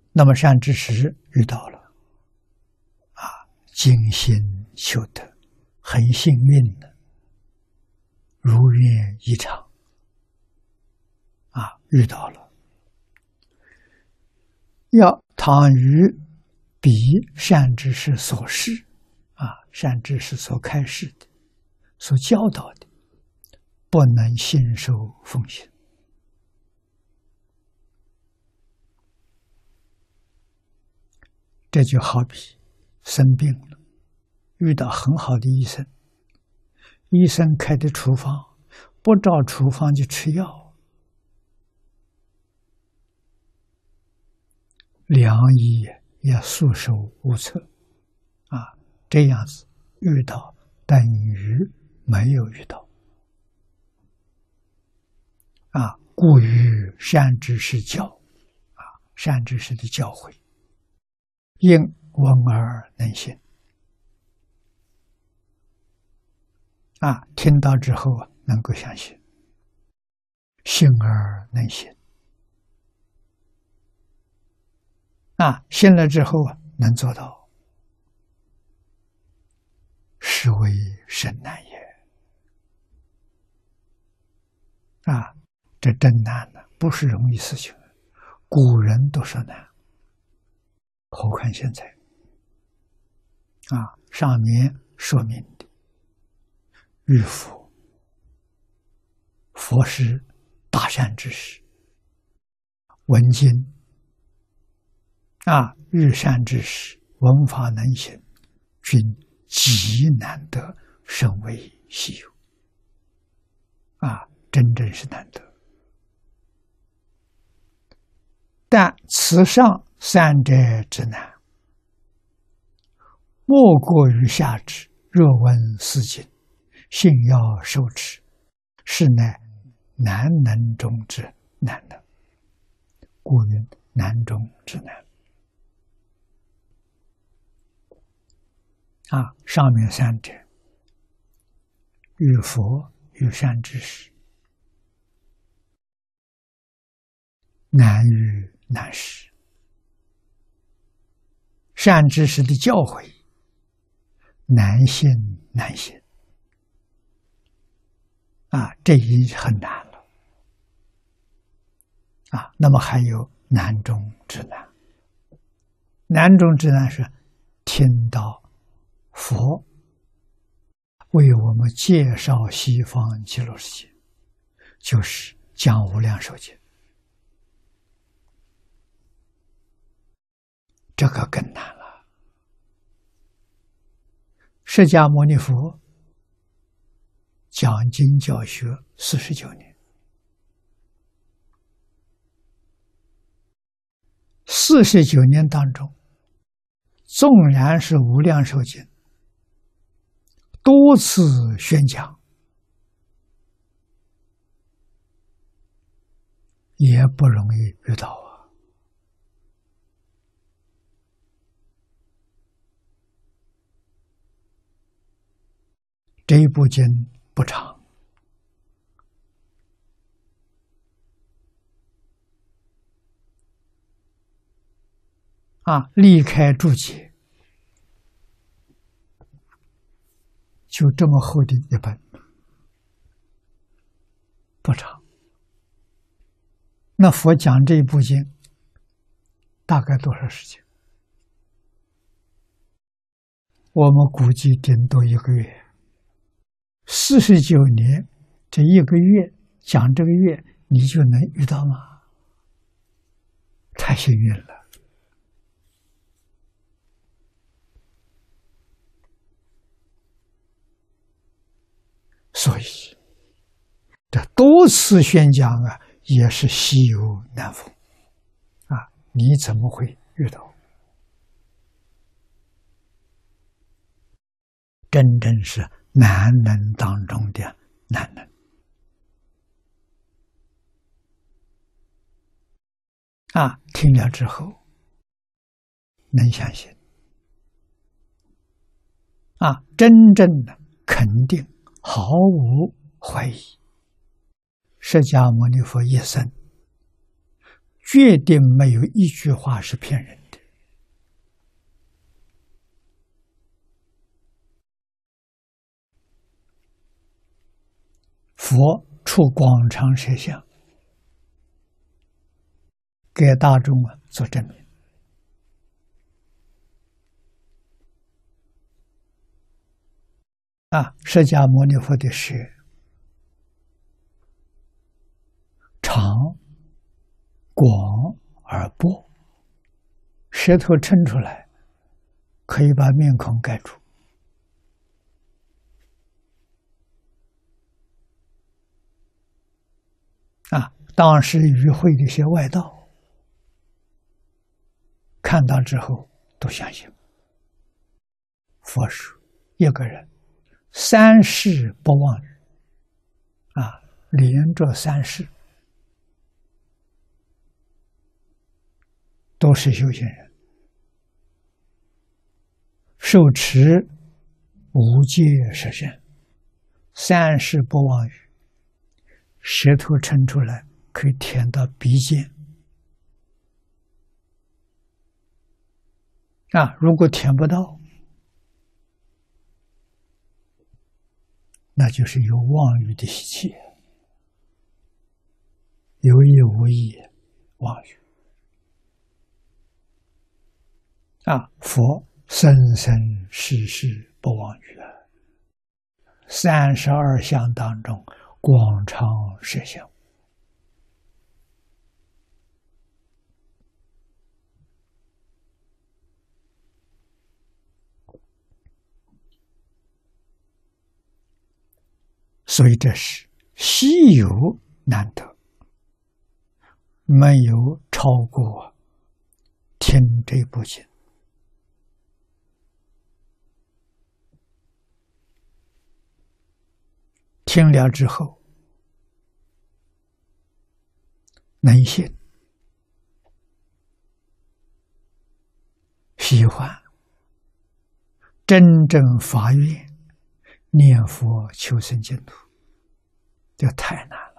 那么善知识遇到了，精心修德，很幸运的，如愿以偿，遇到了，要倘于彼善知识所示，善知识所开示的，所教导的，不能信受奉行。这就好比生病了，遇到很好的医生，医生开的处方不照处方去吃药，良医也束手无策，这样子遇到等于没有遇到，故于善知识教，善知识的教诲，应闻而能信，听到之后能够相信，信而能行，信了之后能做到，是为甚难也。这真难的，不是容易事情，古人都说难，何况现在。上面说明的，遇佛，佛是大善之识，闻经，遇善之识，闻法能行，均极难得，甚为稀有。真正是难得。但此上三者之难，莫过于下之。若闻斯经，信要受持，是乃难能中之难能，故云难中之难。上面三者，遇佛遇善知识，难遇难识，善知识的教诲难信难行，这已经很难了，那么还有难中之难。难中之难是听到佛为我们介绍西方极乐世界，就是讲无量寿经，这个更难了。释迦牟尼佛讲经教学49年，49年当中，纵然是无量寿经多次宣讲，也不容易遇到这一部经不长，离开注解，就这么厚的一本，不长。那佛讲这一部经大概多少时间？我们估计顶多1个月。49年，这1个月讲这个月，你就能遇到吗？太幸运了。所以这多次宣讲也是稀有难逢你怎么会遇到？真正是难能当中的难能听了之后能相信真正的肯定，毫无怀疑，释迦牟尼佛一生决定没有一句话是骗人的。佛出广长舌相，给大众做证明。释迦牟尼佛的舌长、广而薄，舌头抻出来，可以把面孔盖住。当时与会的一些外道看到之后都相信。佛说，一个人三世不忘语，连着三世都是修行人，受持无戒十善，三世不忘语，舌头抻出来可以舔到鼻尖。如果舔不到，那就是有妄语的习气，有意无意妄语。佛生生世世不忘语，32相当中广长舌相。所以这是稀有难得，没有超过听这部经。听了之后，能信、喜欢，真正发愿念佛求生净土，这太难了。